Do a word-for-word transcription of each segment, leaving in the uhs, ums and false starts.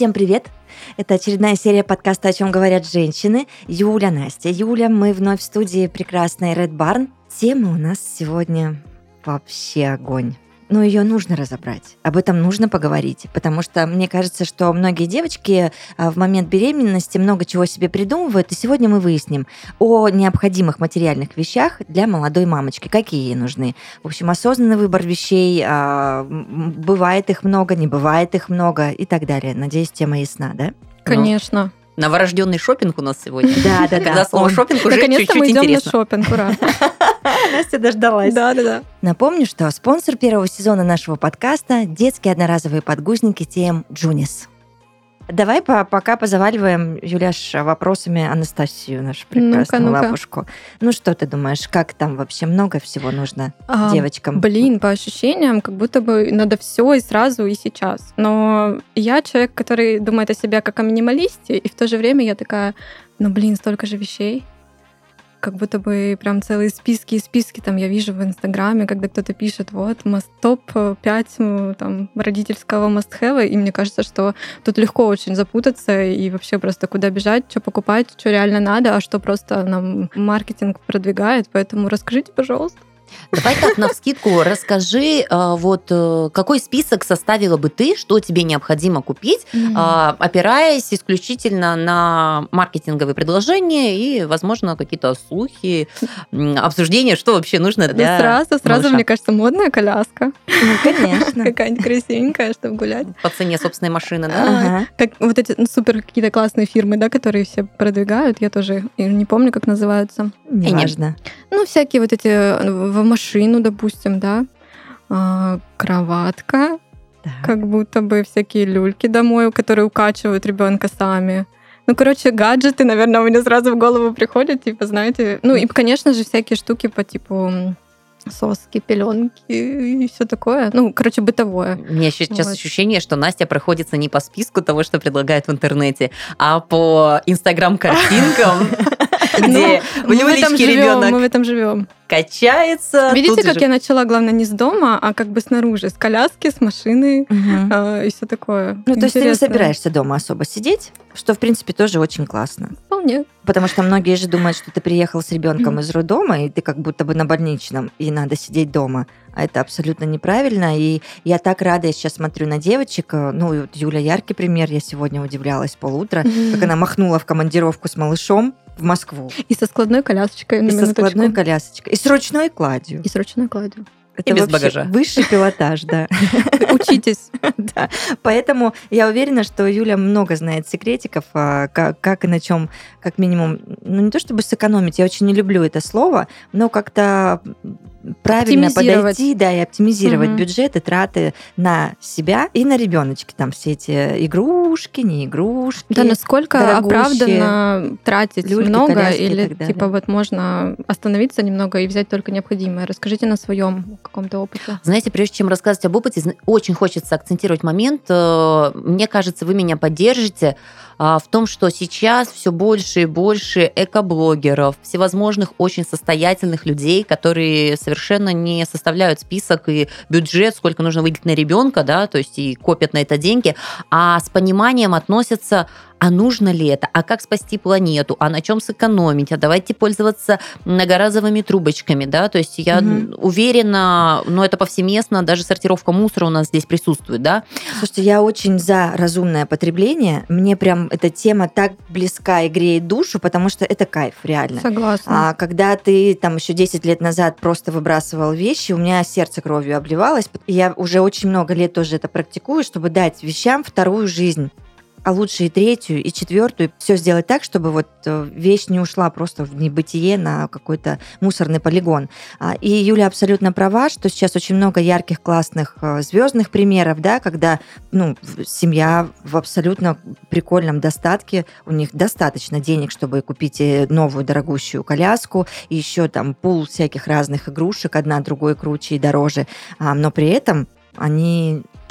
Всем привет! Это очередная серия подкаста «О чем говорят женщины». Юля, Настя, Юля. Мы вновь в студии прекрасной Red Barn. Тема у нас сегодня вообще огонь. Но ее нужно разобрать. Об этом нужно поговорить, потому что мне кажется, что многие девочки в момент беременности много чего себе придумывают, и сегодня мы выясним о необходимых материальных вещах для молодой мамочки, какие ей нужны. В общем, осознанный выбор вещей, бывает их много, не бывает их много и так далее. Надеюсь, тема ясна, да? Конечно. Новорожденный шопинг у нас сегодня. Да, да, да. Когда слово шопинг уже Наконец-то чуть-чуть мы идем интересно. на шопинг, ура. Настя дождалась. Да, да, да. Напомню, что спонсор первого сезона нашего подкаста – детские одноразовые подгузники ти эм Junis. Давай по- пока позаваливаем, Юляш, вопросами Анастасию, нашу прекрасную Ну-ка, ну-ка. лапушку. Ну что ты думаешь, как там вообще много всего нужно А, девочкам? Блин, по ощущениям, как будто бы надо все и сразу, и сейчас. Но я человек, который думает о себе как о минималисте, и в то же время я такая, ну блин, столько же вещей. Как будто бы прям целые списки и списки там я вижу в Инстаграме, когда кто-то пишет, вот, топ пять там, родительского must-have, и мне кажется, что тут легко очень запутаться и вообще просто куда бежать, что покупать, что реально надо, а что просто нам маркетинг продвигает. Поэтому расскажите, пожалуйста. Давай так, навскидку расскажи, а, вот э, какой список составила бы ты, что тебе необходимо купить, Mm-hmm. а, опираясь исключительно на маркетинговые предложения и, возможно, какие-то слухи, м, обсуждения, что вообще нужно для Сразу, сразу, малыша. мне кажется, модная коляска. Ну, конечно. Какая-нибудь красивенькая, чтобы гулять. По цене собственной машины, да? Ага. Как вот эти ну, супер какие-то классные фирмы, да, которые все продвигают, я тоже не помню, как называются. Неважно. Ну, всякие вот эти в машину, допустим, да, а, кроватка, Так. как будто бы всякие люльки домой, которые укачивают ребенка сами. Ну, короче, гаджеты, наверное, у меня сразу в голову приходят, типа, знаете. Ну, и, конечно же, всякие штуки по типу м, соски, пеленки и все такое. Ну, короче, бытовое. У меня сейчас Вот. ощущение, что Настя проходится не по списку того, что предлагают в интернете, а по инстаграм-картинкам, где в Мы в этом люлечке живем, мы в ребенок этом живем. качается. Видите, тут как же- я начала, главное, не с дома, а как бы снаружи, с коляски, с машины Мгм. а, и все такое. Ну, то есть ты не Интересно. собираешься дома особо сидеть, что, в принципе, тоже очень классно. Вполне. Потому что многие же думают, что ты приехал с ребенком из роддома, и ты как будто бы на больничном, и надо сидеть дома. А это абсолютно неправильно. И я так рада, я сейчас смотрю на девочек. Ну, и вот Юля яркий пример. Я сегодня удивлялась полутра, как она махнула в командировку с малышом в Москву. И со складной колясочкой на И со минуточку. складной колясочкой. И с ручной кладью. И с ручной кладью. Это без вообще багажа. высший пилотаж, да. Учитесь. Да. Поэтому я уверена, что Юля много знает секретиков, а, как, как и на чем, как минимум, ну не то чтобы сэкономить, я очень не люблю это слово, но как-то правильно Оптимизировать. подойти, да, и оптимизировать Мгм. бюджеты, траты на себя и на ребеночки. Там все эти игрушки, не игрушки. Да, насколько дорогущие оправданно тратить люльки, много, коляски и или так далее. типа вот можно остановиться немного и взять только необходимое. Расскажите на своем каком-то опыте. Знаете, прежде чем рассказывать об опыте, зн- очень хочется акцентировать момент. э, Мне кажется, вы меня поддержите а, в том, что сейчас все больше и больше экоблогеров, всевозможных очень состоятельных людей, которые совершенно не составляют список и бюджет, сколько нужно выделить на ребенка, да, то есть и копят на это деньги, а с пониманием относятся: а нужно ли это, а как спасти планету, а на чем сэкономить, а давайте пользоваться многоразовыми трубочками, да, то есть я Мгм. уверена, но это повсеместно, даже сортировка мусора у нас здесь присутствует, да. Слушайте, я очень за разумное потребление. Мне прям эта тема так близка и греет душу, потому что это кайф, реально. Согласна. А когда ты там еще десять лет назад просто выбрасывал вещи, у меня сердце кровью обливалось. И я уже очень много лет тоже это практикую, чтобы дать вещам вторую жизнь. А лучше и третью, и четвертую. Все сделать так, чтобы вот э, вещь не ушла просто в небытие на какой-то мусорный полигон. А, И Юля абсолютно права, что сейчас очень много ярких, классных, звездных примеров, да, когда ну, в- семья в абсолютно прикольном достатке, у них достаточно денег, чтобы купить э, новую дорогущую коляску, и еще там пул всяких разных игрушек, одна другой круче и дороже. А, Но при этом они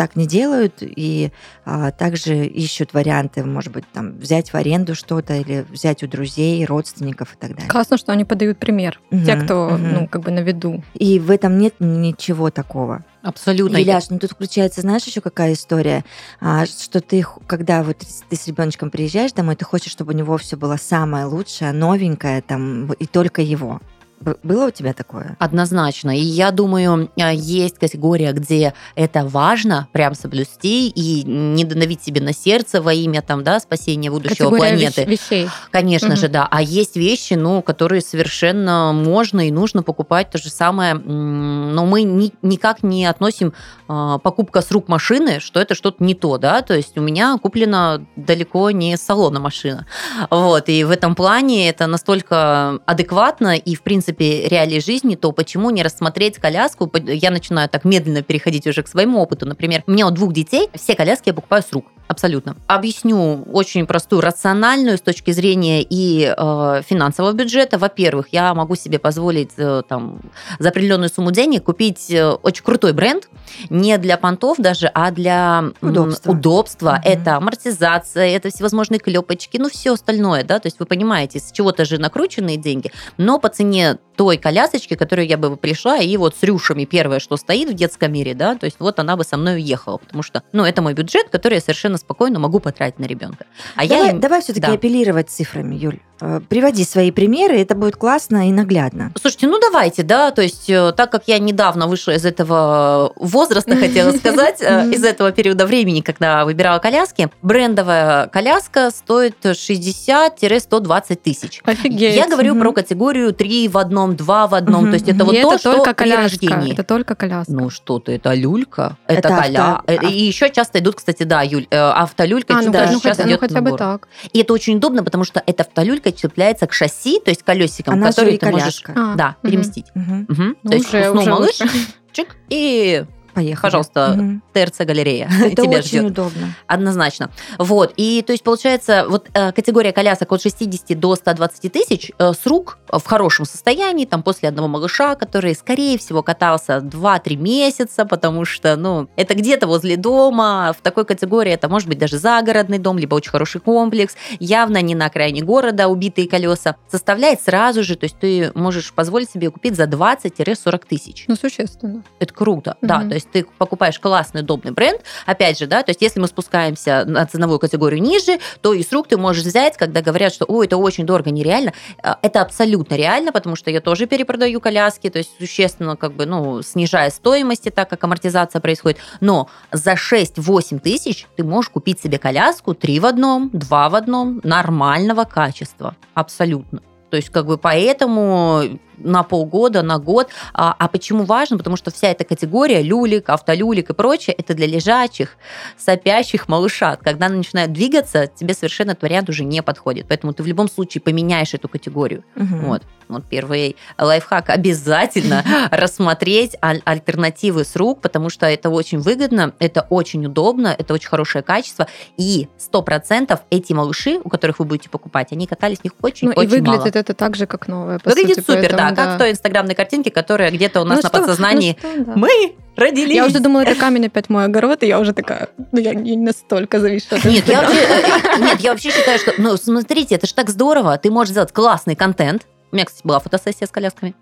так не делают, и а, также ищут варианты, может быть, там, взять в аренду что-то или взять у друзей, родственников и так далее. Классно, что они подают пример. Мгм, Те, кто, мгм. ну, как бы на виду. И в этом нет ничего такого. Абсолютно. Еляш, ну тут включается, знаешь, еще какая история, а, что ты, х- когда вот ты с ребеночком приезжаешь домой, ты хочешь, чтобы у него все было самое лучшее, новенькое, там, и только его. Б- Было у тебя такое? Однозначно. И я думаю, а, есть категория, где это важно прям соблюсти и не давить себе на сердце во имя там, да, спасения будущего Категория планеты. вещ- вещей. Конечно Мгм. же, да. А есть вещи, ну, которые совершенно можно и нужно покупать то же самое. М, Но мы ни- никак не относим а, покупка с рук машины, что это что-то не то, да. То есть у меня куплена далеко не с салона машина. Вот. И в этом плане это настолько адекватно и, в принципе, реалии жизни, то почему не рассмотреть коляску? По- Я начинаю так медленно переходить уже к своему опыту. Например, у меня у двух детей все коляски я покупаю с рук. Абсолютно. Объясню очень простую, рациональную с точки зрения и э, финансового бюджета. Во-первых, я могу себе позволить э, там, за определенную сумму денег купить э, очень крутой бренд, не для понтов даже, а для м, Удобства. удобства. Мгм. Это амортизация, это всевозможные клепочки, ну все остальное, да, то есть вы понимаете, с чего-то же накрученные деньги, но по цене той колясочки, которую я бы пришла, и вот с рюшами первое, что стоит в детском мире, да, то есть вот она бы со мной уехала, потому что, ну, это мой бюджет, который я совершенно спокойно могу потратить на ребенка. А давай я им- давай все-таки да. апеллировать цифрами, Юль. Э, Приводи свои примеры, это будет классно и наглядно. Слушайте, ну давайте, да, то есть э, так как я недавно вышла из этого возраста, хотела сказать, э, из этого периода времени, когда выбирала коляски, брендовая коляска стоит шестьдесят - сто двадцать тысяч. Офигеть. Я говорю Мгм. про категорию три в одном, два в одном, Мгм, то есть это мгм. вот И то, это что только при коляска. рождении. Это только коляска. Ну что ты, это люлька, это, Это коля. авто- Э, ав- И еще часто идут, кстати, да, Юль, э, автолюлька А, ну, да, ну, сейчас хотя, ну, идет хотя бы набор. так. И это очень удобно, потому что эта автолюлька цепляется к шасси, то есть колесиком, Она же который и ты можешь коляска. А, да, мгм. переместить. Мгм. Мгм. Ну, То есть уже- уснул уже малыш, лучше. чик, и, Поехали. пожалуйста, Мгм. ТРЦ-галерея Это тебя очень ждет. удобно. Однозначно. Вот. И то есть получается, вот э, категория колясок от шестидесяти до ста двадцати тысяч э, с рук э, в хорошем состоянии, там после одного малыша, который, скорее всего, катался два-три месяца, потому что, ну, это где-то возле дома, в такой категории это может быть даже загородный дом, либо очень хороший комплекс, явно не на окраине города убитые колеса, составляет сразу же, то есть ты можешь позволить себе купить за двадцать - сорок тысяч. Ну, существенно. Это круто, да, Мгм. то есть ты покупаешь классный, удобный бренд, опять же, да, то есть если мы спускаемся на ценовую категорию ниже, то и с рук ты можешь взять, когда говорят, что, ой, это очень дорого, нереально, э, это абсолютно реально, потому что я тоже перепродаю коляски, то есть существенно, как бы, ну, снижая стоимости, так как амортизация происходит, но за шесть-восемь тысяч ты можешь купить себе коляску три в одном, два в одном, нормального качества, абсолютно. То есть, как бы, поэтому на полгода, на год. А, а почему важно? Потому что вся эта категория люлик, автолюлик и прочее, это для лежачих, сопящих малышат. Когда они начинают двигаться, тебе совершенно этот вариант уже не подходит. Поэтому ты в любом случае поменяешь эту категорию. Мгм. Вот. Вот первый лайфхак. Обязательно рассмотреть аль- альтернативы с рук, потому что это очень выгодно, это очень удобно, это очень хорошее качество. И сто процентов эти малыши, у которых вы будете покупать, они катались в них очень-очень Ну, и выглядит мало. это так же, как новое. По Выглядит сути, супер, поэтому, да, как в той инстаграмной картинке, которая где-то у нас Ну на что, подсознании. ну что, да. Мы родились. Я уже думала, это камень опять мой огород, и я уже такая, ну, я не настолько завишу от Нет, я Инстаграма. вообще, э, нет, я вообще считаю, что, ну, смотрите, это же так здорово, ты можешь сделать классный контент. У меня, кстати, была фотосессия с колясками.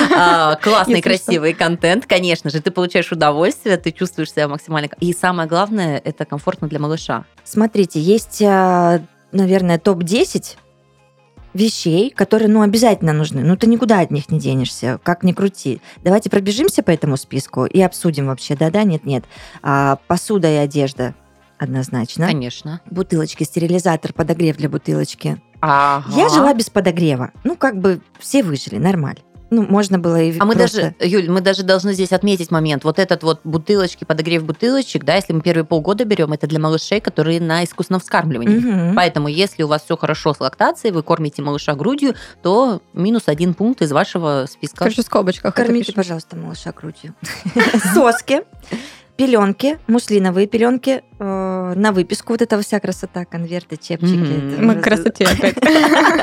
А, Классный, Если что. красивый контент, конечно же. Ты получаешь удовольствие, ты чувствуешь себя максимально... И самое главное, это комфортно для малыша. Смотрите, есть, а, наверное, топ десять вещей, которые, ну, обязательно нужны. Ну, ты никуда от них не денешься, как ни крути. Давайте пробежимся по этому списку и обсудим вообще, да-да, нет-нет. А, посуда и одежда однозначно. Конечно. Бутылочки, стерилизатор, подогрев для бутылочки. Ага. Я жила без подогрева. Ну, как бы все выжили, нормально. Ну, можно было и А мы просто... даже, Юль, мы даже должны здесь отметить момент. Вот этот вот бутылочки, подогрев бутылочек, да, если мы первые полгода берем, это для малышей, которые на искусственном вскармливании. Мгм. Поэтому, если у вас все хорошо с лактацией, вы кормите малыша грудью, то минус один пункт из вашего списка. Короче, в скобочках это Кормите, пишем. пожалуйста, малыша грудью. Соски, пеленки, муслиновые пеленки, э, на выписку вот эта вся красота, конверты, чепчики. Мгм. это- Мы к красоте опять.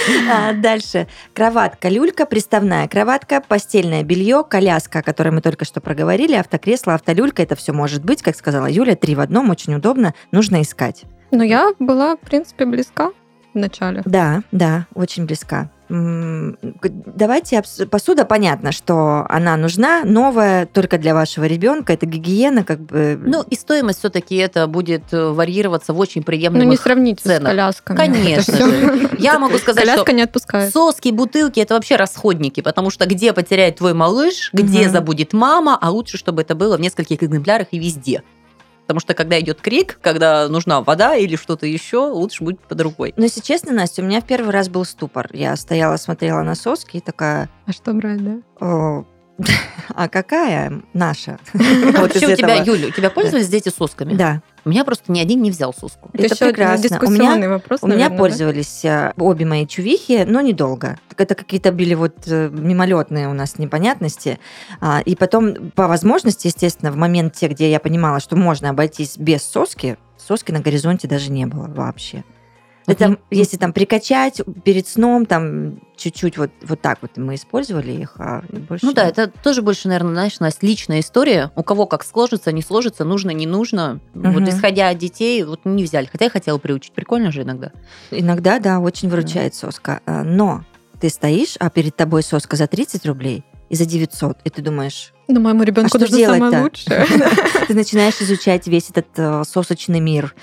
А, Дальше. Кроватка, люлька, приставная кроватка, постельное белье, коляска, о которой мы только что проговорили, автокресло, автолюлька. Это все может быть, как сказала Юля, три в одном, очень удобно, нужно искать. Но я была, в принципе, близка в начале. Да, да, очень близка. М, г- Давайте обс- посуда, понятно, что она нужна, новая, только для вашего ребенка. Это гигиена, как бы. Ну, и стоимость все-таки это будет э, варьироваться в очень Ну, приемлемых не сравнить с ценах. колясками. Конечно Это всё. же. Я могу сказать, Коляска что не отпускает. соски, бутылки – это вообще расходники, потому что где потеряет твой малыш, где Мгм. забудет мама, а лучше, чтобы это было в нескольких экземплярах и везде. Потому что когда идет крик, когда нужна вода или что-то еще, лучше будет под рукой. Но, если честно, Настя, у меня в первый раз был ступор. Я стояла, смотрела на соски и такая, А что брать, да? «О, а какая наша? А Вот из вообще у тебя, этого. Юля, у тебя пользовались дети сосками? Да, У меня просто ни один не взял соску. это ещё прекрасно. У дискуссионный меня, вопрос, у меня наверное, да? пользовались э, обе мои чувихи, но недолго. Так это какие-то были вот э, мимолетные у нас непонятности. А, И потом, по возможности, естественно, в моменте, где я понимала, что можно обойтись без соски, соски на горизонте даже не было вообще. Это Мгм. если там прикачать перед сном, там чуть-чуть вот, вот так вот мы использовали их, а больше Ну да, нет. это тоже больше, наверное, знаешь, Настя, личная история. У кого как сложится, не сложится, нужно, не нужно. Вот Мгм. исходя от детей, вот не взяли. Хотя я хотела приучить. Прикольно же иногда. Иногда, да, очень выручает соска. А, Но ты стоишь, а перед тобой соска за тридцать рублей и за девятьсот, и ты думаешь, Ну, моему ребенку что нужно самое делать-то? лучшее. ты начинаешь изучать весь этот э, сосочный мир.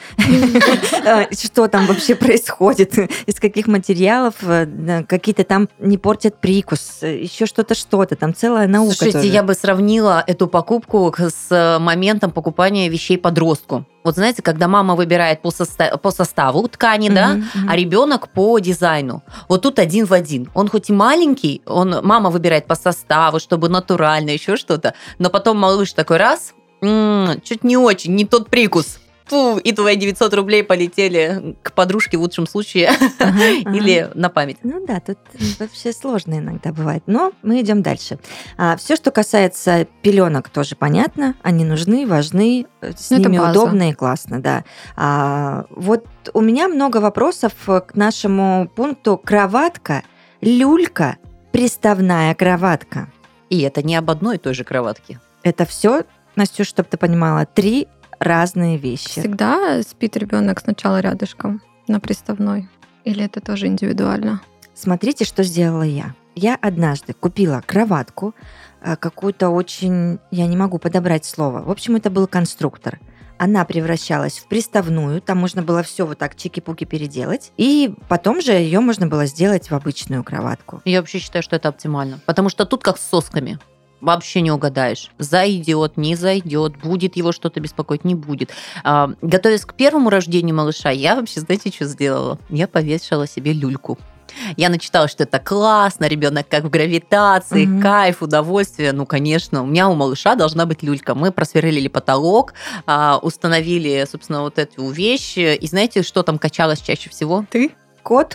Э, Что там вообще происходит, из каких материалов, э, да, какие-то там не портят прикус, э, еще что-то, что-то, там целая наука Слушайте, тоже. я бы сравнила эту покупку к- с моментом покупания вещей подростку. Вот знаете, когда мама выбирает по, соста- по составу ткани, да, Мгм, мгм. а ребенок по дизайну. Вот тут один в один. Он хоть и маленький, он, мама выбирает по составу, чтобы натурально, еще что-то, но потом малыш такой раз, м-м, чуть не очень, не тот прикус. Фу, и твои девятьсот рублей полетели к подружке в лучшем случае Ага, ага. или на память. Ну да, тут вообще сложно иногда бывает. Но мы идем дальше. все, что касается пеленок, тоже понятно. Они нужны, важны, э, с Ну, это ними база. удобно и классно, да. А, вот у меня много вопросов к нашему пункту кроватка, люлька, приставная кроватка. И это не об одной и той же кроватке. Это все, Настюш, чтобы ты понимала, три разные вещи. Всегда спит ребенок сначала рядышком на приставной? Или это тоже индивидуально? Смотрите, что сделала я. Я однажды купила кроватку, э, какую-то очень... Я не могу подобрать слово. В общем, это был конструктор. Она превращалась в приставную, там можно было все вот так чики-пуки переделать, и потом же ее можно было сделать в обычную кроватку. Я вообще считаю, что это оптимально. Потому что тут как с сосками. Вообще не угадаешь. Зайдет, не зайдет, будет его что-то беспокоить, не будет. А, готовясь к первому рождению малыша, я вообще, знаете, что сделала? Я повешала себе люльку. Я начитала, что это классно, ребенок как в гравитации, Мгм. кайф, удовольствие. Ну, конечно, у меня у малыша должна быть люлька. Мы просверлили потолок, а, установили, собственно, вот эту вещь. И знаете, что там качалось чаще всего? Ты? Кот?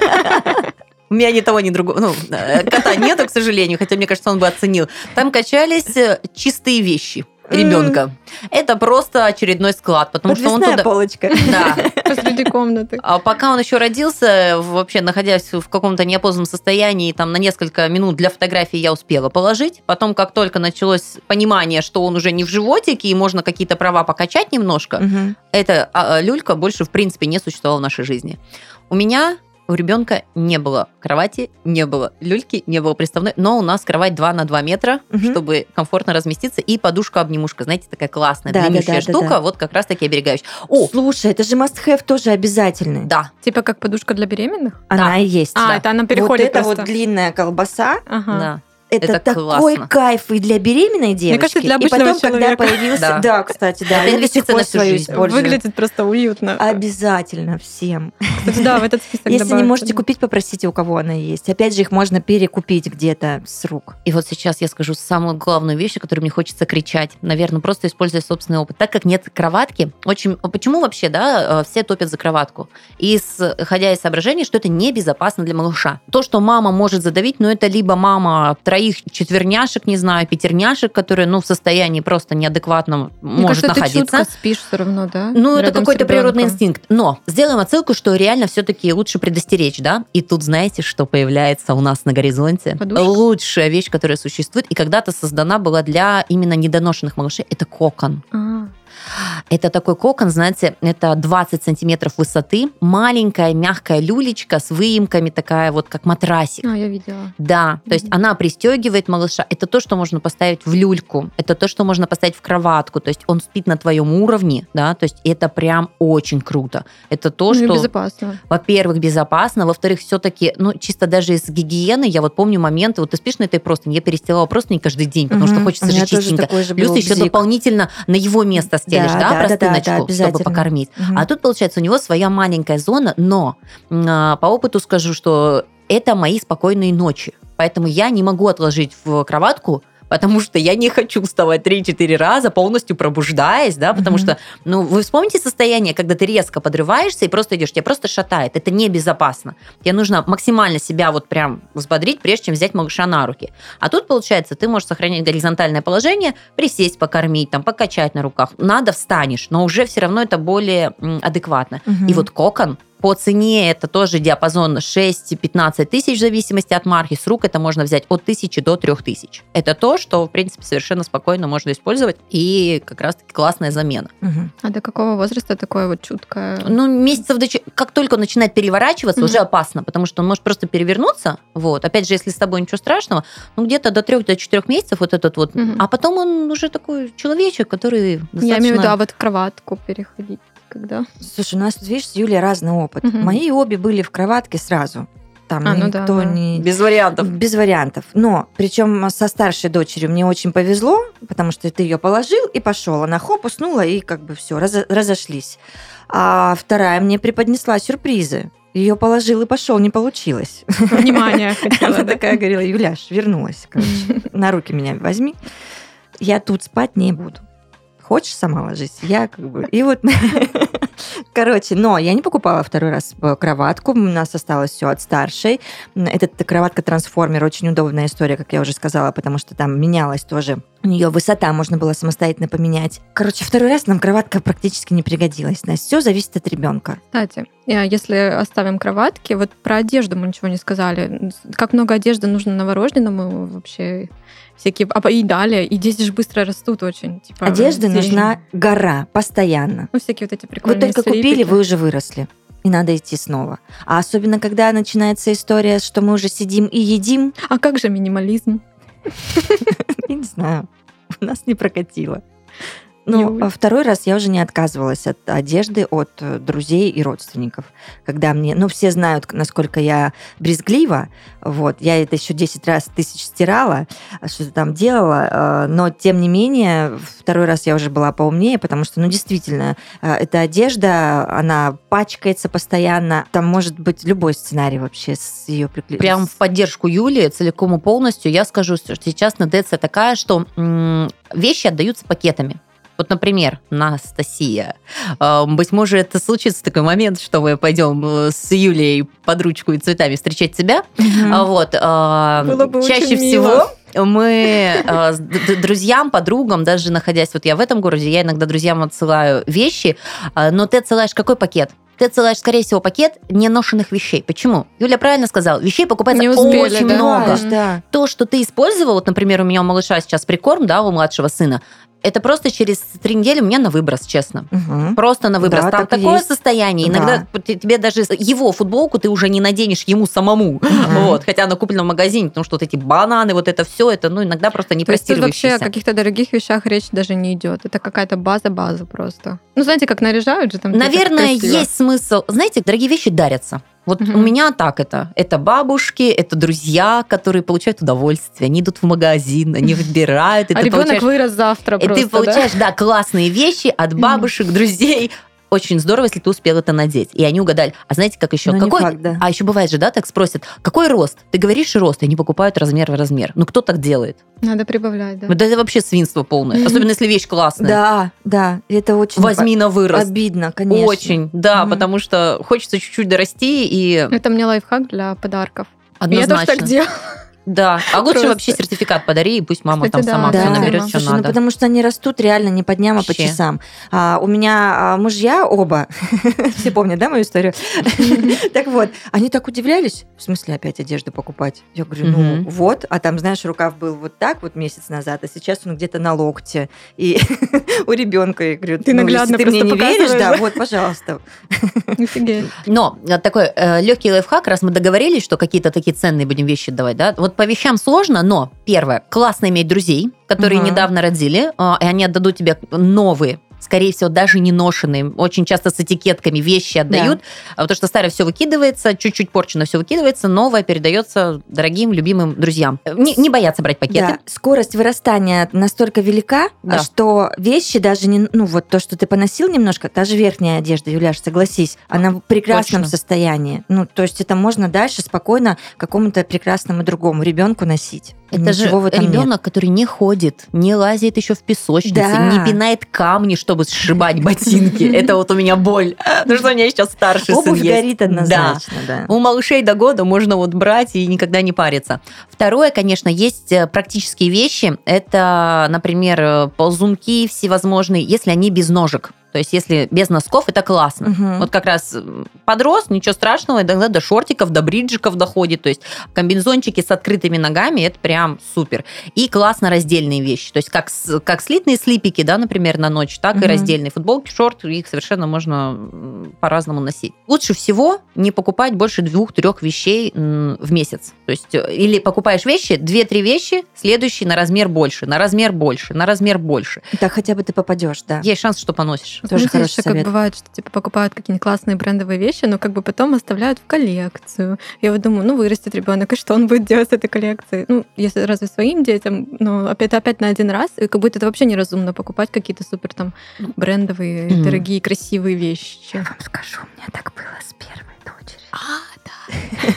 У меня ни того, ни другого. Ну, э, кота нету, к сожалению, хотя, мне кажется, он бы оценил. Там качались э, чистые вещи ребенка. Это просто очередной склад, потому что он Подвесная туда... полочка. Да. Посреди комнаты. А пока он еще родился, вообще находясь в каком-то неопознанном состоянии, там на несколько минут для фотографии я успела положить. Потом, как только началось понимание, что он уже не в животике и можно какие-то права покачать немножко, Мгм. эта а, люлька больше в принципе не существовала в нашей жизни. У меня у ребенка не было кровати, не было люльки, не было приставной, но у нас кровать два на два метра, Мгм. чтобы комфортно разместиться, и подушка-обнимушка, знаете, такая классная, Да, да, длиннющая да, да, штука, да. вот как раз-таки оберегающая. О, Слушай, это же must-have тоже обязательный. да, Типа как подушка для беременных? Она и есть. А, Да. это она Вот переходит эта просто. вот длинная колбаса, Ага. да. это, Это такой классно. кайф и для беременной девочки. кажется, для и обычного потом, когда человека. появился... Да. Да, кстати, да. Это Я до сих инвестиция пор на всю свою жизнь. использую. Выглядит просто уютно. Обязательно всем. Кстати, да, в этот список Если не добавить можете надо. купить, попросите, у кого она есть. Опять же, их можно перекупить где-то с рук. И вот сейчас я скажу самую главную вещь, о которой мне хочется кричать. Наверное, просто используя собственный опыт. Так как нет кроватки, очень... Почему вообще, да, все топят за кроватку? Исходя из соображений, что это небезопасно для малыша. То, что мама может задавить, но это либо мама троих своих четверняшек, не знаю, пятерняшек, которые, ну, в состоянии просто неадекватном Мне может кажется, находиться. Ты чутко спишь все равно, да? Ну, это рядом с какой-то природный ребенком. инстинкт. Но сделаем отсылку, что реально все-таки лучше предостеречь, да? И тут знаете, что появляется у нас на горизонте? Подушка? Лучшая вещь, которая существует, и когда-то создана была для именно недоношенных малышей, это кокон. А, Это такой кокон, знаете, это двадцать сантиметров высоты, маленькая мягкая люлечка с выемками, такая вот как матрасик. а, я видела. Да, то есть Мгм. она пристегивает малыша. Это то, что можно поставить в люльку. Это то, что можно поставить в кроватку. То есть он спит на твоем уровне, да, то есть это прям очень круто. Это то, Ну и что, безопасно. во-первых, безопасно, во-вторых, все-таки, ну, чисто даже из гигиены, я вот помню моменты, вот ты спишь на этой простыне, я перестилала простынь каждый день, потому что Мгм. хочется У же меня тоже чистенько. такой же Плюс был еще бзик. дополнительно на его место стелишь, Да, да, да, да, да, простыночку, да, чтобы обязательно. покормить. Мгм. А тут, получается, у него своя маленькая зона, но м, по опыту скажу, что это мои спокойные ночи. Поэтому я не могу отложить в кроватку, потому что я не хочу вставать три-четыре раза, полностью пробуждаясь, да, потому Мгм. что, ну, вы вспомните состояние, когда ты резко подрываешься и просто идешь, тебя просто шатает. Это небезопасно. Тебе нужно максимально себя вот прям взбодрить, прежде чем взять малыша на руки. А тут, получается, ты можешь сохранять горизонтальное положение, присесть, покормить, там, покачать на руках. Надо, встанешь, но уже все равно это более м, адекватно. Мгм. И вот кокон, по цене это тоже диапазон шесть-пятнадцать тысяч в зависимости от марки. С рук это можно взять от тысячи до трех тысяч. Это то, что, в принципе, совершенно спокойно можно использовать. И как раз-таки классная замена. Мгм. А до какого возраста такое вот чуткое? Ну, месяцев до... че- Как только он начинает переворачиваться, Мгм. уже опасно, потому что он может просто перевернуться. Вот. Опять же, если с тобой ничего страшного, ну, где-то до трех, до четырех месяцев вот этот вот. Мгм. А потом он уже такой человечек, который достаточно... Я имею в виду, а вот в кроватку переходить когда? Слушай, у нас тут, видишь, с Юлей разный опыт. Мгм. Мои обе были в кроватке сразу. Там А, ну да, никто да. не... Без вариантов. Без вариантов. Но, причем со старшей дочерью мне очень повезло, потому что ты ее положил и пошел. Она хоп, уснула, и как бы все, разошлись. А вторая мне преподнесла сюрпризы. Ее положил и пошел, не получилось. Внимание хотела, Она да? такая говорила: Юляш, вернулась, короче, на руки меня возьми. Я тут спать не буду. Хочешь, сама ложись. Я как бы... И вот... Короче, но я не покупала второй раз кроватку. У нас осталось все от старшей. Эта кроватка-трансформер очень удобная история, как я уже сказала, потому что там менялась тоже. У нее высота можно было самостоятельно поменять. Короче, второй раз нам кроватка практически не пригодилась. Настя, все зависит от ребенка. Кстати, я- если оставим кроватки, вот про одежду мы ничего не сказали. Как много одежды нужно новорожденному вообще? Всякие а, и далее. И дети же быстро растут очень. Типа, Одежды все- нужна гора постоянно. Ну, всякие вот эти Вы прикольные только купили, слипики. вы уже выросли. И надо идти снова. А особенно, когда начинается история, что мы уже сидим и едим, А как же минимализм? я не знаю, у нас не прокатило. Ну, Юль. а второй раз я уже не отказывалась от одежды, от э, друзей и родственников. Когда мне, ну, все знают, насколько я брезглива, вот, я это еще десять раз тысяч стирала, что-то там делала, э, но, тем не менее, второй раз я уже была поумнее, потому что, ну, действительно, э, эта одежда, она пачкается постоянно, там может быть любой сценарий вообще с ее приклеением. Прям в поддержку Юли целиком и полностью я скажу, что сейчас тенденция такая, что м, вещи отдаются пакетами. Вот, например, Анастасия. Э, Быть может, случится такой момент, что мы пойдем э, с Юлей под ручку и цветами встречать себя. Мгм. А Вот. э, Было бы Чаще очень всего мило. мы э, с д- д- друзьям, подругам, даже находясь вот я в этом городе, я иногда друзьям отсылаю вещи, э, но ты отсылаешь какой пакет? Ты отсылаешь, скорее всего, пакет неношенных вещей. Почему? Юля правильно сказала, вещей покупается Не успели, очень да? много. Знаешь, да. То, что ты использовал, вот, например, у меня у малыша сейчас прикорм, да, у младшего сына, это просто через три недели у меня на выброс, честно. Мгм. Просто на выброс. Да, Там так и такое есть. состояние. Да. Иногда т- тебе даже его футболку ты уже не наденешь ему самому. Мгм. Вот. Хотя она куплена в магазине, потому что вот эти бананы, вот это все, это ну, иногда просто не То есть тут вообще о простирывающиеся. каких-то дорогих вещах речь даже не идет. Это какая-то база-база просто. Ну, знаете, как наряжают же там. где-то Наверное, красиво. есть смысл. Знаете, дорогие вещи дарятся. Вот Мгм. у меня так это. Это бабушки, это друзья, которые получают удовольствие. Они идут в магазин, они выбирают. и А ты ребенок получаешь- вырос завтра И просто, ты получаешь, да, классные вещи от бабушек, друзей. Очень здорово, если ты успел это надеть. И они угадали. А знаете, как еще? Ну, не Какой... факт, да. А еще бывает же, да, так спросят, какой рост? Ты говоришь рост, и они покупают размер в размер. Ну, кто так делает? да? Надо прибавлять, да. Вот это вообще свинство полное. Мгм. Особенно, если вещь классная. Да, да, это очень Возьми на вырост. обидно, конечно. Очень, да, Мгм. потому что хочется чуть-чуть дорасти, и Это мне лайфхак для подарков. Я однозначно. тоже так делаю. Да, а лучше Просто. вообще сертификат подари, и пусть мама Кстати, там сама да, все да. наберет, Слушай, что Слушай, ну надо. потому что они растут реально не по дням, а по Вообще. часам. А, у меня а, мужья оба, все помнят, да, мою историю? Так вот, они так удивлялись, в смысле опять одежду покупать? Я говорю, ну Мгм. вот, а там, знаешь, рукав был вот так вот месяц назад, а сейчас он где-то на локте. И у ребенка, я говорю, Ты ну, наглядно если ты мне не просто веришь, да, показываешь, да? вот, пожалуйста. Офигеть. Но э, такой э, легкий лайфхак, раз мы договорились, что какие-то такие ценные будем вещи давать, да, вот по вещам сложно, но первое, классно иметь друзей, которые Мгм. недавно родили, э, и они отдадут тебе новые, скорее всего, даже не ношенные, очень часто с этикетками вещи отдают, а потому что старое все выкидывается, чуть-чуть порчено все выкидывается, новое передается дорогим, любимым друзьям. Не, не бояться брать пакеты. Да, скорость вырастания настолько велика, Да. что вещи даже не, ну вот то, что ты поносил немножко, та же верхняя одежда, Юляш, согласись, она в прекрасном Точно. состоянии. Ну, то есть это можно дальше спокойно какому-то прекрасному другому ребенку носить. Это же Ничего в этом нет. ребенок, который не ходит, не лазит еще в песочнице, Да. не пинает камни, чтобы сшибать ботинки. Это вот у меня боль. Потому что у меня сейчас старший сын Обувь есть. горит Да. однозначно, да. У малышей до года можно вот брать и никогда не париться. Второе, конечно, есть э, практические вещи. Это, например, э, ползунки всевозможные, если они без ножек. То есть, если без носков, это классно. Мгм. Вот как раз подрос, ничего страшного, иногда до шортиков, до бриджиков доходит. То есть, комбинезончики с открытыми ногами, это прям супер. И классно раздельные вещи. То есть, как, с- как слитные слипики, да, например, на ночь, так Мгм. и раздельные футболки, шорты, их совершенно можно м, по-разному носить. Лучше всего не покупать больше двух-трех вещей м, в месяц. То есть, э, или покупаешь вещи, две-три вещи, следующий на размер больше, на размер больше, на размер больше. Так хотя бы ты попадешь, да. Есть шанс, что поносишь. Тоже Знаете, хороший еще как совет. бывает, что типа покупают какие-нибудь классные брендовые вещи, но как бы потом оставляют в коллекцию. Я вот думаю, ну вырастет ребенок, и что он будет делать с этой коллекцией? Ну, если разве своим детям, но опять опять на один раз, и как будто это вообще неразумно покупать какие-то супер там брендовые, Мгм. дорогие, красивые вещи. Я вам скажу, у меня так было с первой дочерью. А, да.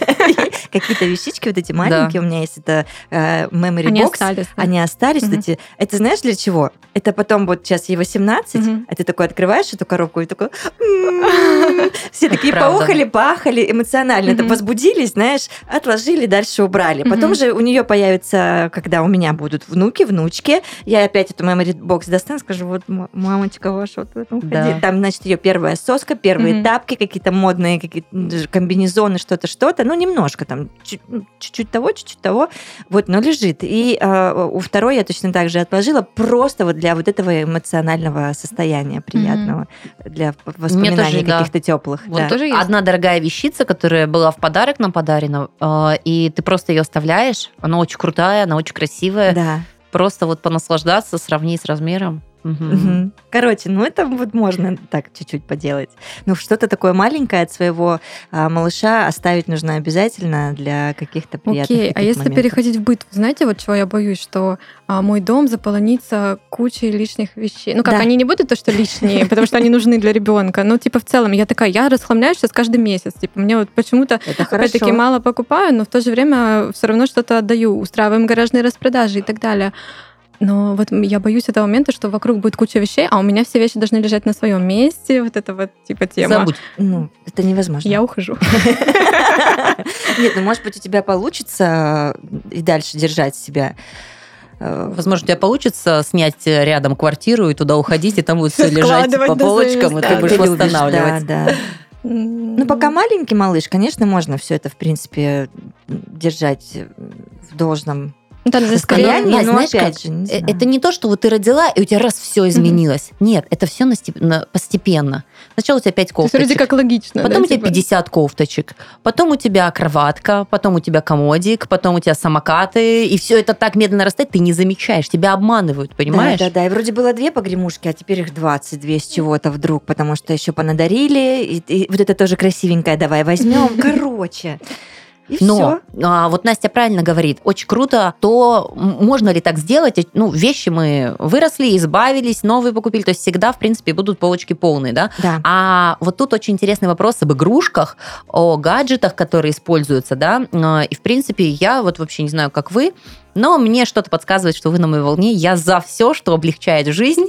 Какие-то вещички вот эти маленькие, у меня есть это э, memory Они box. остались. да. Они остались, Мгм. кстати. Это знаешь для чего? Это потом вот сейчас ей восемнадцать, Мгм. а ты такой открываешь эту коробку и такой... «М-м-м». Все такие Правда. поухали, пахали, эмоционально Мгм. возбудились, знаешь, отложили, дальше убрали. Потом Мгм. же у нее появится, когда у меня будут внуки, внучки, я опять эту memory box достану, скажу, вот м- мамочка ваша вот в этом Да. ходит. Там, значит, ее первая соска, первые Мгм. тапки, какие-то модные какие-то даже комбинезоны, что-то, что-то. Ну, немножко там, чуть- ну, чуть-чуть того, чуть-чуть того. Вот, но лежит. И э, у второй я точно так же отложила, просто вот для вот этого эмоционального состояния приятного, для воспоминаний тоже, да. каких-то теплых. Вот да. тоже есть. одна дорогая вещица, которая была в подарок нам подарена, э, и ты просто ее оставляешь. Она очень крутая, она очень красивая. Да. Просто вот понаслаждаться, сравнить с размером. Мгм. Мгм. Короче, ну это вот можно так чуть-чуть поделать. Ну что-то такое маленькое от своего а, малыша оставить нужно обязательно для каких-то приятных Окей, а таких если моментов. переходить в быт, знаете, вот чего я боюсь, что а, мой дом заполонится кучей лишних вещей. Ну как, Да. они не будут то, что лишние, потому что они нужны для ребенка. Ну типа в целом я такая, я расхламляюсь сейчас каждый месяц. Типа мне вот почему-то Это опять-таки хорошо. мало покупаю, но в то же время все равно что-то отдаю, устраиваем гаражные распродажи и так далее. Но вот я боюсь этого момента, что вокруг будет куча вещей, а у меня все вещи должны лежать на своем месте. Вот это вот типа тема. Забудь. Ну, это невозможно. Я ухожу. Нет, ну может быть у тебя получится и дальше держать себя. э, Возможно, у тебя получится снять рядом квартиру и туда уходить, и там будет все лежать Складывать по на свои полочкам, и места. ты ты будешь любишь, восстанавливать. Да, да. Ну, пока маленький малыш, конечно, можно все это, в принципе, держать в должном Да, надо скорее- состоянии, Настя, но знаешь опять как? же, не Э, знаю. Это не то, что вот ты родила, и у тебя раз все изменилось. Нет, это все постепенно. Сначала у тебя пять То есть вроде кофточек, как логично. потом да, у тебя типа? пятьдесят кофточек, потом у тебя кроватка, потом у тебя комодик, потом у тебя самокаты, и все это так медленно растет, ты не замечаешь, тебя обманывают, понимаешь? Да, да, да. И вроде было две погремушки, а теперь их двадцать две с чего-то вдруг, потому что еще понадарили. И, и вот это тоже красивенькое, давай возьмем. Короче. И Но все. а, вот Настя правильно говорит, очень круто, то м- можно ли так сделать? Ну, вещи мы выросли, избавились, новые покупили, то есть всегда, в принципе, будут полочки полные, да? Да. А вот тут очень интересный вопрос об игрушках, о гаджетах, которые используются, да, А, и, в принципе, я вот вообще не знаю, как вы, Но мне что-то подсказывает, что вы на моей волне. Я за все, что облегчает жизнь,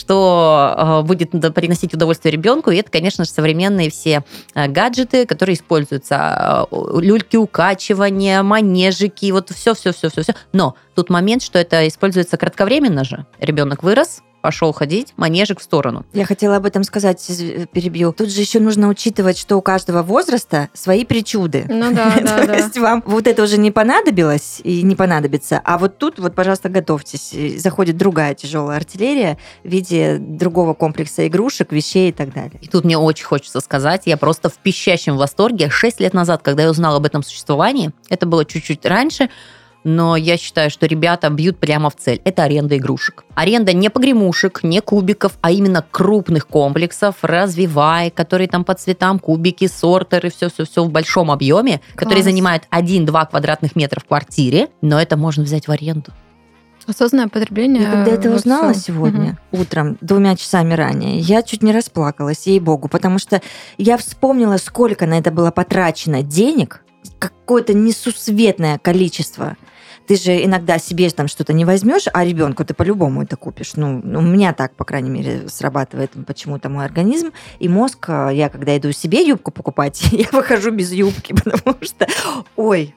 что э, будет приносить удовольствие ребенку. И это, конечно же, современные все э, гаджеты, которые используются. Э, люльки укачивания, манежики, вот все-все-все-все-все. Но тут момент, что это используется кратковременно же. Ребенок вырос, пошел ходить, манежик в сторону. Я хотела об этом сказать, перебью. Тут же еще нужно учитывать, что у каждого возраста свои причуды. Ну да, да, да. То есть вам вот это уже не понадобилось и не понадобится, а вот тут вот, пожалуйста, готовьтесь. Заходит другая тяжелая артиллерия в виде другого комплекса игрушек, вещей и так далее. И тут мне очень хочется сказать, я просто в пищащем восторге. Шесть лет назад, когда я узнала об этом существовании, это было чуть-чуть раньше, но я считаю, что ребята бьют прямо в цель. Это аренда игрушек. Аренда не погремушек, не кубиков, а именно крупных комплексов, развивай, которые там по цветам, кубики, сортеры, все-все-все в большом объеме, Класс. которые занимают один-два квадратных метра в квартире, но это можно взять в аренду. Осознанное потребление. Я когда это во узнала всём. сегодня утром, двумя часами ранее, я чуть не расплакалась, ей-богу, потому что я вспомнила, сколько на это было потрачено денег, какое-то несусветное количество. Ты же иногда себе там что-то не возьмешь, а ребенку ты по-любому это купишь. Ну, у меня так, по крайней мере, срабатывает почему-то мой организм. И мозг, я когда иду себе юбку покупать, я выхожу без юбки, потому что, ой,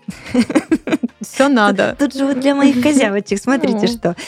Все надо. Тут же вот для моих козявочек, смотрите, что.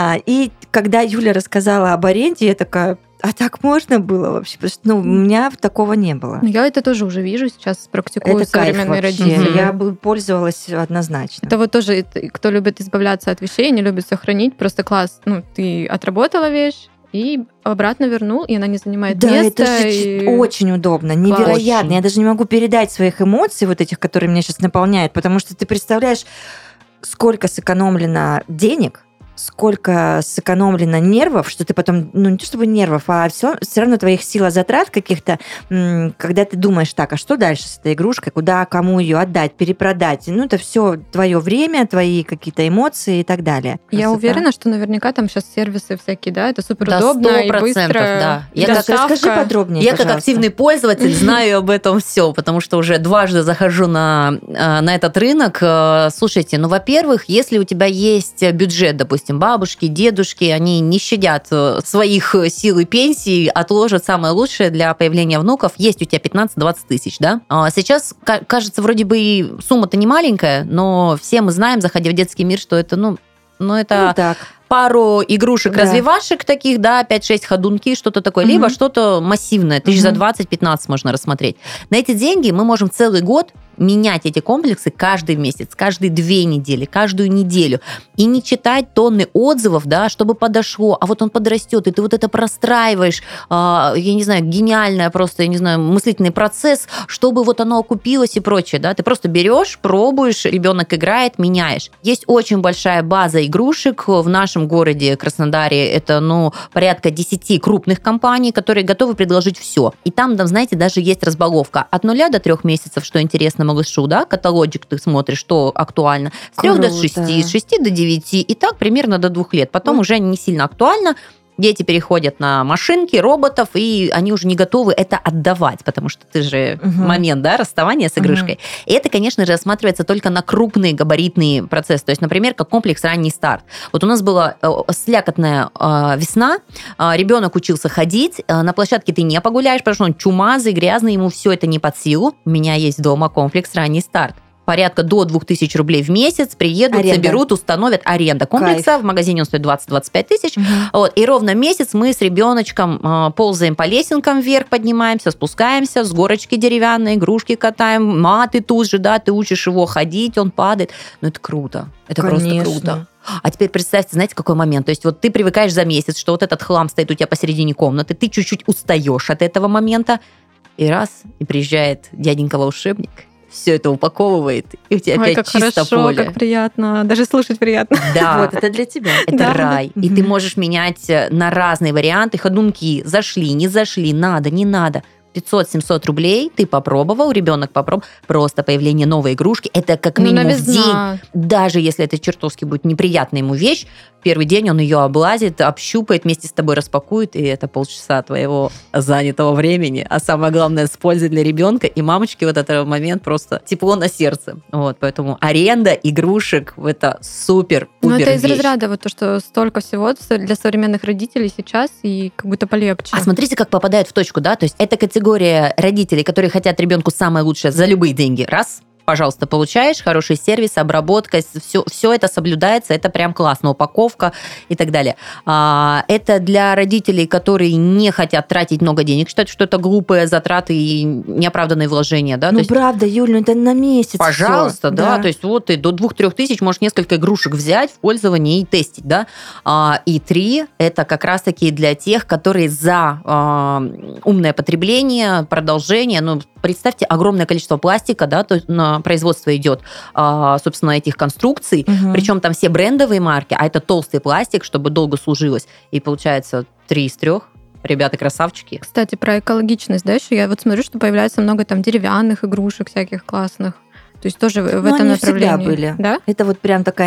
И когда Юля рассказала об аренде, я такая... А так можно было вообще? Потому что ну, у меня такого не было. Ну, я это тоже уже вижу, сейчас практикую Это кайф современные вообще. родители. Я бы пользовалась однозначно. Это вот тоже, кто любит избавляться от вещей, не любит сохранить, просто класс. Ну, ты отработала вещь и обратно вернул, и она не занимает да, места. это же и... очень удобно, невероятно. Очень. Я даже не могу передать своих эмоций, вот этих, которые меня сейчас наполняют, потому что ты представляешь, сколько сэкономлено денег, сколько сэкономлено нервов, что ты потом, ну не то чтобы нервов, а все, все равно твоих силозатрат каких-то, когда ты думаешь, так, а что дальше с этой игрушкой, куда, кому ее отдать, перепродать, ну это все твое время, твои какие-то эмоции и так далее. Я Красота. уверена, что наверняка там сейчас сервисы всякие, да, это супер Да, удобно сто и процентов, быстро. да. Я Да, как- расскажи подробнее, Я как пожалуйста. активный пользователь знаю об этом все, потому что уже дважды захожу на, на этот рынок. Слушайте, ну, во-первых, если у тебя есть бюджет, допустим, бабушки, дедушки, они не щадят своих сил и пенсий, отложат самое лучшее для появления внуков. Есть у тебя пятнадцать-двадцать тысяч, да? А сейчас, кажется, вроде бы и сумма-то не маленькая, но все мы знаем, заходя в детский мир, что это, ну, ну это... Ну, так. пару игрушек-развивашек Да. таких, да, пять-шесть ходунки, что-то такое, Мгм. либо что-то массивное, тысяч за Мгм. двадцать-пятнадцать можно рассмотреть. На эти деньги мы можем целый год менять эти комплексы каждый месяц, каждые две недели, каждую неделю. И не читать тонны отзывов, да, чтобы подошло, а вот он подрастет, и ты вот это простраиваешь, а, я не знаю, гениальное просто, я не знаю, мыслительный процесс, чтобы вот оно окупилось и прочее, да. Ты просто берешь, пробуешь, ребенок играет, меняешь. Есть очень большая база игрушек в нашем городе Краснодаре, это, ну, порядка десяти крупных компаний, которые готовы предложить все. И там, там, знаете, даже есть разбаловка от нуля до трех месяцев, что интересно малышу, да, каталогик ты смотришь, что актуально, с трех до Круто. шести, с шести до девяти, и так примерно до двух лет. Потом Вот. уже не сильно актуально. Дети переходят на машинки, роботов, и они уже не готовы это отдавать, потому что ты же Мгм. момент, да, расставания с игрушкой. И это, конечно же, рассматривается только на крупные габаритные процессы. То есть, например, как комплекс «Ранний старт». Вот у нас была э, слякотная э, весна, э, ребенок учился ходить, э, на площадке ты не погуляешь, потому что он чумазый, грязный, ему все это не под силу. У меня есть дома комплекс «Ранний старт». Порядка до двух тысяч рублей в месяц приедут, Аренда. соберут, установят. Аренда комплекса. В магазине он стоит двадцать-двадцать пять тысяч. Мгм. Вот, и ровно месяц мы с ребеночком э, ползаем по лесенкам вверх, поднимаемся, спускаемся, с горочки деревянной, игрушки катаем, маты тут же, да, ты учишь его ходить, он падает. Ну, это круто. Это Конечно. просто круто. А теперь представьте, знаете, какой момент? То есть вот ты привыкаешь за месяц, что вот этот хлам стоит у тебя посередине комнаты, ты чуть-чуть устаешь от этого момента, и раз, и приезжает дяденька-волшебник, все это упаковывает, и у тебя Ой, опять как чисто хорошо, поле. как приятно. Даже слушать приятно. Да. Вот, это для тебя. Это Да. рай. И Мгм. ты можешь менять на разные варианты. Ходунки зашли, не зашли, надо, не надо. пятьсот-семьсот рублей, ты попробовал, ребенок попробовал, просто появление новой игрушки, это как Ну, минимум в новизна. день. Даже если это чертовски будет неприятная ему вещь, первый день он ее облазит, общупает, вместе с тобой распакует, и это полчаса твоего занятого времени. А самое главное, с пользой для ребенка и мамочки в этот момент просто тепло на сердце. Вот, поэтому аренда игрушек – это супер-пупер Ну, это из вещь. разряда вот то, что столько всего для современных родителей сейчас, и как будто полегче. А смотрите, как попадает в точку, да? То есть это категория родителей, которые хотят ребенку самое лучшее за любые деньги. Раз. Пожалуйста, получаешь хороший сервис, обработка, все, все это соблюдается, это прям классно, упаковка и так далее. А, это для родителей, которые не хотят тратить много денег, считают, что это глупые затраты и неоправданные вложения. Да? Ну, то есть, правда, Юль, ну это на месяц. пожалуйста, всё. да, то есть вот ты до двух-трех тысяч можешь несколько игрушек взять в пользование и тестить, да. А, и три – это как раз-таки для тех, которые за а, умное потребление, продолжение, ну, представьте, огромное количество пластика, да, то есть на производство идет, а, собственно, этих конструкций, Мгм. причем там все брендовые марки, а это толстый пластик, чтобы долго служилось, и получается три из трех. Ребята красавчики. Кстати, про экологичность, да, еще я вот смотрю, что появляется много там деревянных игрушек всяких классных. То есть тоже в в Ну, этом они всегда направлении. были. Да? Это вот прям такая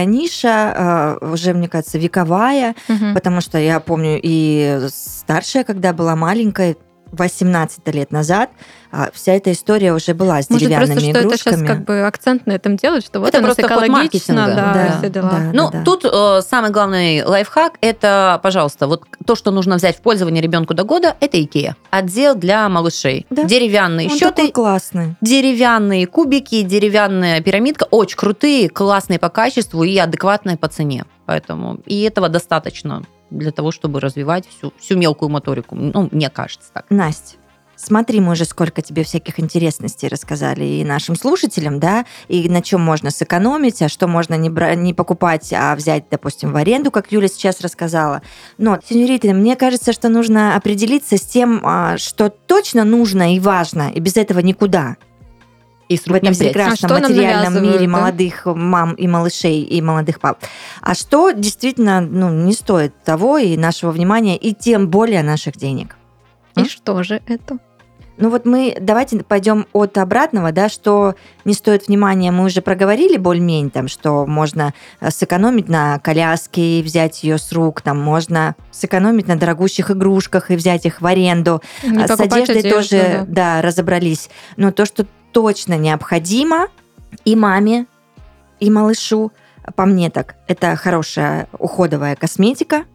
ниша, э, уже, мне кажется, вековая, Мгм. потому что я помню и старшая, когда была маленькая, восемнадцать лет назад, а, вся эта история уже была с Может, деревянными просто что это игрушками. сейчас как бы акцент на этом делают, что вот Это оно просто ход экологично, маркетинга. да, Да, все дела. да. Ну, тут э, самый главный лайфхак – это, пожалуйста, вот то, что нужно взять в пользование ребенку до года, это Икеа. Отдел для малышей. Да. Деревянные Он счеты, такой классный. деревянные кубики, деревянная пирамидка. Очень крутые, классные по качеству и адекватные по цене. Поэтому и этого достаточно для того, чтобы развивать всю, всю мелкую моторику. Ну, мне кажется так. Настя, смотри, мы уже сколько тебе всяких интересностей рассказали и нашим слушателям, да, и на чем можно сэкономить, а что можно не, бра- не покупать, а взять, допустим, в аренду, как Юля сейчас рассказала. Но, сеньорита, мне кажется, что нужно определиться с тем, а, что точно нужно и важно, и без этого никуда. И с В рук не этом взять. прекрасном А что нам материальном навязывают, мире да? молодых мам и малышей, и молодых пап. А что действительно ну, не стоит того и нашего внимания, и тем более наших денег. И М? что же это? Ну вот мы давайте пойдем от обратного, да, что не стоит внимания, мы уже проговорили более-менее, там, что можно э, сэкономить на коляске и взять ее с рук, там можно сэкономить на дорогущих игрушках и взять их в аренду. Не А с покупать одеждой одежду, тоже, да. да, разобрались. Но то, что точно необходимо и маме, и малышу, по мне так, это хорошая уходовая косметика,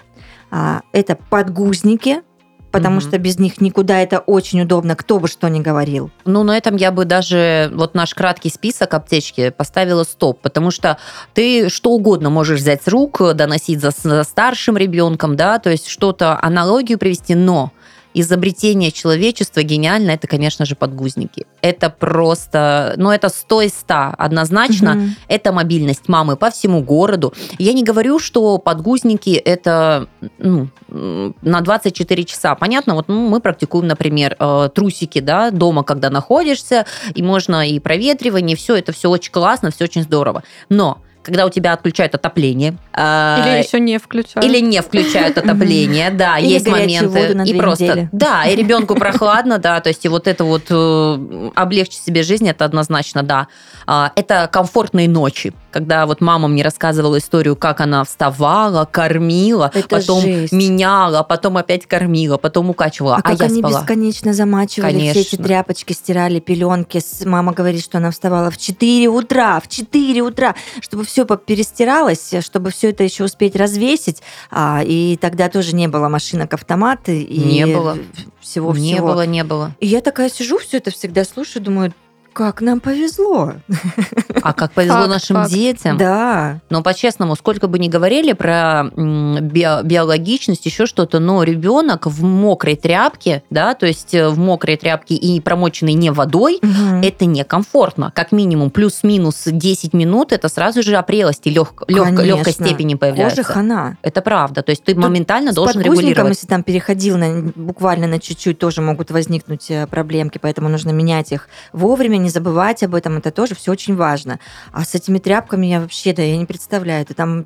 а, это подгузники, потому Мгм. что без них никуда, это очень удобно, кто бы что ни говорил. Ну, на этом я бы даже вот наш краткий список аптечки поставила стоп, потому что ты что угодно можешь взять с рук, доносить за, за старшим ребенком, да, то есть что-то, аналогию привести, но изобретение человечества гениально, это, конечно же, подгузники. Это просто, ну, это сто из ста однозначно. Мгм. Это мобильность мамы по всему городу. Я не говорю, что подгузники это ну, м, на двадцать четыре часа. Понятно, вот ну, мы практикуем, например, э, трусики, да, дома, когда находишься, и можно и проветривание, все это все очень классно, все очень здорово. Но когда у тебя отключают отопление, э, Или еще не включают. или не включают отопление, да, Или есть горячую моменты. воду на И две просто, недели. да, и ребенку прохладно, да, то есть и вот это вот э, облегчить себе жизнь, это однозначно, да. А, Это комфортные ночи, когда вот мама мне рассказывала историю, как она вставала, кормила, Это потом жесть. меняла, потом опять кормила, потом укачивала, А а, как я они спала. бесконечно замачивали все эти Конечно. тряпочки, стирали пеленки. С- Мама говорит, что она вставала в четыре утра, в четыре утра, чтобы все перестиралось, чтобы все это еще успеть развесить. А, и тогда тоже не было машинок-автомат. И Не было. Всего-всего. Не было, не было. И я такая сижу, все это всегда слушаю, думаю, как нам повезло. А как повезло Факт, нашим факт. детям. Да. Но по-честному, сколько бы ни говорили про м, био- биологичность, еще что-то, но ребенок в мокрой тряпке, да, то есть э, в мокрой тряпке и промоченной не водой, Мгм. это некомфортно. Как минимум плюс-минус десять минут, это сразу же опрелость и лег, Конечно. легкой степени появляется. Кожа хана. Это правда. То есть ты Тут моментально С должен подгузником, регулировать. если там переходил на, буквально на чуть-чуть, тоже могут возникнуть э, проблемки, поэтому нужно менять их вовремя, не забывать об этом, это тоже все очень важно. А с этими тряпками я вообще, да, я не представляю, ты там это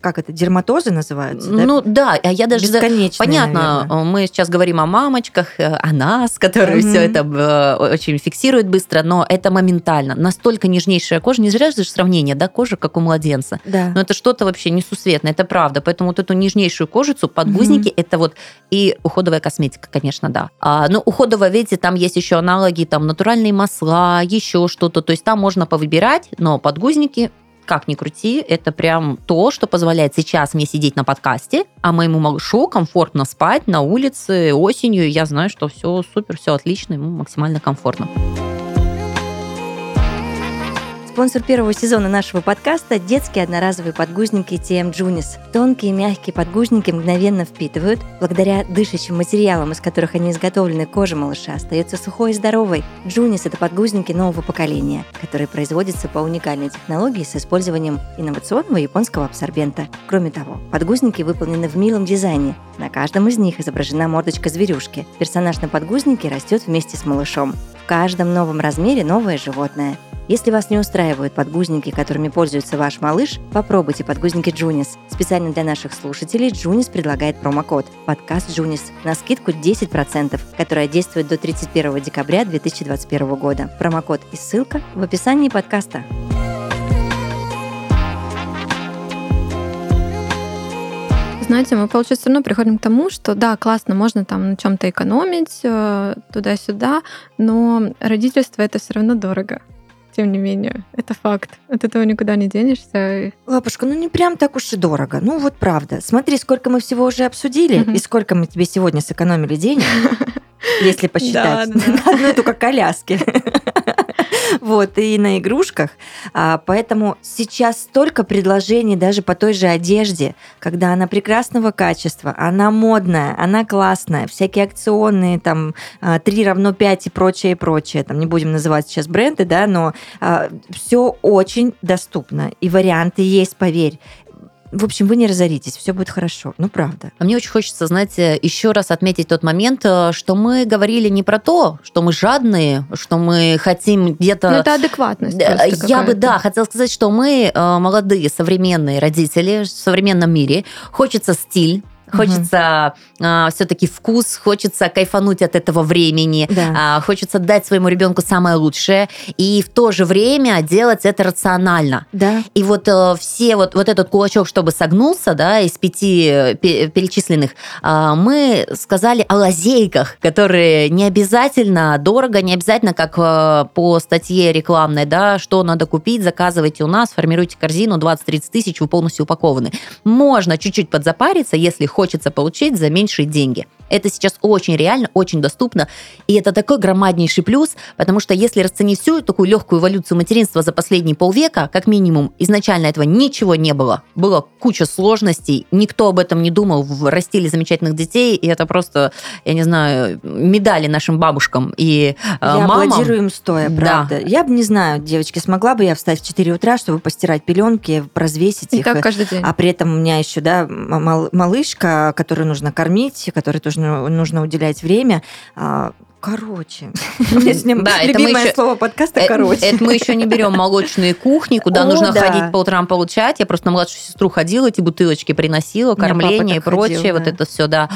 как это, дерматозы называются? Да? Ну да, а я даже... Бесконечные, Понятно, наверное. Мы сейчас говорим о мамочках, о нас, которые Мгм. все это очень фиксируют быстро, но это моментально. Настолько нежнейшая кожа, не зря же сравнение, да, кожа как у младенца. Да. Но это что-то вообще несусветное, это правда. Поэтому вот эту нежнейшую кожицу, подгузники, Мгм. это вот и уходовая косметика, конечно, да. А, но уходовая, видите, там есть еще аналоги, там натуральные масла, еще что-то. То есть там можно повыбирать, но подгузники, как ни крути, это прям то, что позволяет сейчас мне сидеть на подкасте, а моему малышу комфортно спать на улице осенью. И я знаю, что все супер, все отлично, ему максимально комфортно. Спонсор первого сезона нашего подкаста – детские одноразовые подгузники ти эм Junis. Тонкие мягкие подгузники мгновенно впитывают. Благодаря дышащим материалам, из которых они изготовлены, кожа малыша остается сухой и здоровой. Junis – это подгузники нового поколения, которые производятся по уникальной технологии с использованием инновационного японского абсорбента. Кроме того, подгузники выполнены в милом дизайне. На каждом из них изображена мордочка зверюшки. Персонаж на подгузнике растет вместе с малышом. В каждом новом размере новое животное. Если вас не устраивают подгузники, которыми пользуется ваш малыш, попробуйте подгузники Junis. Специально для наших слушателей Junis предлагает промокод «Подкаст Junis» на скидку десять процентов, которая действует до тридцать первого декабря две тысячи двадцать первого года. Промокод и ссылка в описании подкаста. Знаете, мы, получается, все равно приходим к тому, что да, классно, можно там на чем-то экономить, э, туда-сюда, но родительство это все равно дорого. Тем не менее, это факт. От этого никуда не денешься. Лапушка, ну не прям так уж и дорого. Ну вот правда. Смотри, сколько мы всего уже обсудили, Мгм. и сколько мы тебе сегодня сэкономили денег, если посчитать. Да, да. На одной только коляске. Вот, и на игрушках. А, поэтому сейчас столько предложений даже по той же одежде, когда она прекрасного качества, она модная, она классная, всякие акционные, там, а, три равно пять и прочее, и прочее. Там не будем называть сейчас бренды, да, но все очень доступно. И варианты есть, поверь. В общем, вы не разоритесь, все будет хорошо. Ну, правда. А мне очень хочется, знаете, еще раз отметить тот момент, что мы говорили не про то, что мы жадные, что мы хотим где-то... Ну, это адекватность Да, просто Я какая-то. бы, да, хотела сказать, что мы э, молодые, современные родители в современном мире. Хочется стиль, хочется э, все-таки вкус, хочется кайфануть от этого времени, Да. э, хочется дать своему ребенку самое лучшее, и в то же время делать это рационально. Да. И вот э, все вот, вот этот кулачок, чтобы согнулся, да, из пяти э, пе- перечисленных, э, мы сказали о лазейках, которые не обязательно дорого, не обязательно, как э, по статье рекламной, да, что надо купить, заказывайте у нас, формируйте корзину, двадцать-тридцать тысяч, вы полностью упакованы. Можно чуть-чуть подзапариться, если хочется получить за меньшие деньги. Это сейчас очень реально, очень доступно, и это такой громаднейший плюс, потому что если расценить всю такую легкую эволюцию материнства за последние полвека, как минимум, изначально этого ничего не было. Была куча сложностей, никто об этом не думал, растили замечательных детей, и это просто, я не знаю, медали нашим бабушкам и э, Я мамам. аплодирую им стоя, Да. правда. Я бы не знаю, девочки, смогла бы я встать в четыре утра, чтобы постирать пеленки, развесить И их. так каждый день. А при этом у меня еще, да, мал- малышка, которую нужно кормить, которой тоже нужно уделять время. А, Короче. У меня сегодня Да, это мы любимое еще- слово подкаста Э, «короче». Это мы еще не берем молочные кухни, куда О, нужно да. ходить по утрам получать. Я просто на младшую сестру ходила, эти бутылочки приносила, меня кормление и папа так прочее, ходил, вот да. это все, да.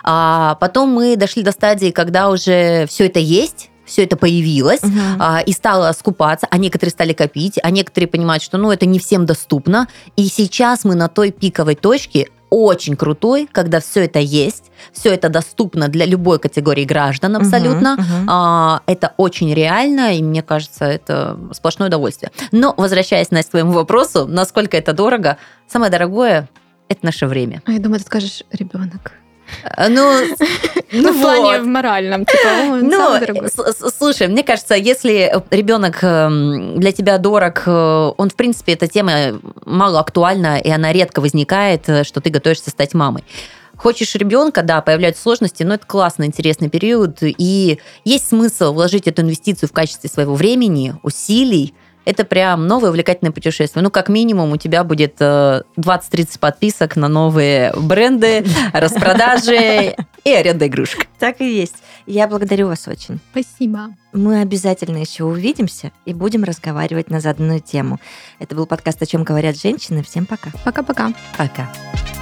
А потом мы дошли до стадии, когда уже все это есть, все это появилось, Мгм. а, и стало скупаться, а некоторые стали копить, а некоторые понимают, что ну, это не всем доступно. И сейчас мы на той пиковой точке, очень крутой, когда все это есть, все это доступно для любой категории граждан абсолютно. Мгм, мгм. А, это очень реально, и мне кажется, это сплошное удовольствие. Но, возвращаясь, Настя, к твоему вопросу, насколько это дорого, самое дорогое – это наше время. А я думаю, ты скажешь ребенок. А, Ну, Ну, в плане вот. в моральном, типа, ой, он Ну, самый дорогой. с- с- слушай, мне кажется, если ребенок эм, для тебя дорог, э, он, в принципе, эта тема мало актуальна, и она редко возникает, э, что ты готовишься стать мамой. Хочешь ребенка, да, появляются сложности, но это классный, интересный период, и есть смысл вложить эту инвестицию в качестве своего времени, усилий, это прям новое увлекательное путешествие. Ну, как минимум, у тебя будет двадцать-тридцать подписок на новые бренды, распродажи и аренда игрушек. Так и есть. Я благодарю вас очень. Спасибо. Мы обязательно еще увидимся и будем разговаривать на заданную тему. Это был подкаст «О чем говорят женщины». Всем пока. Пока-пока. Пока.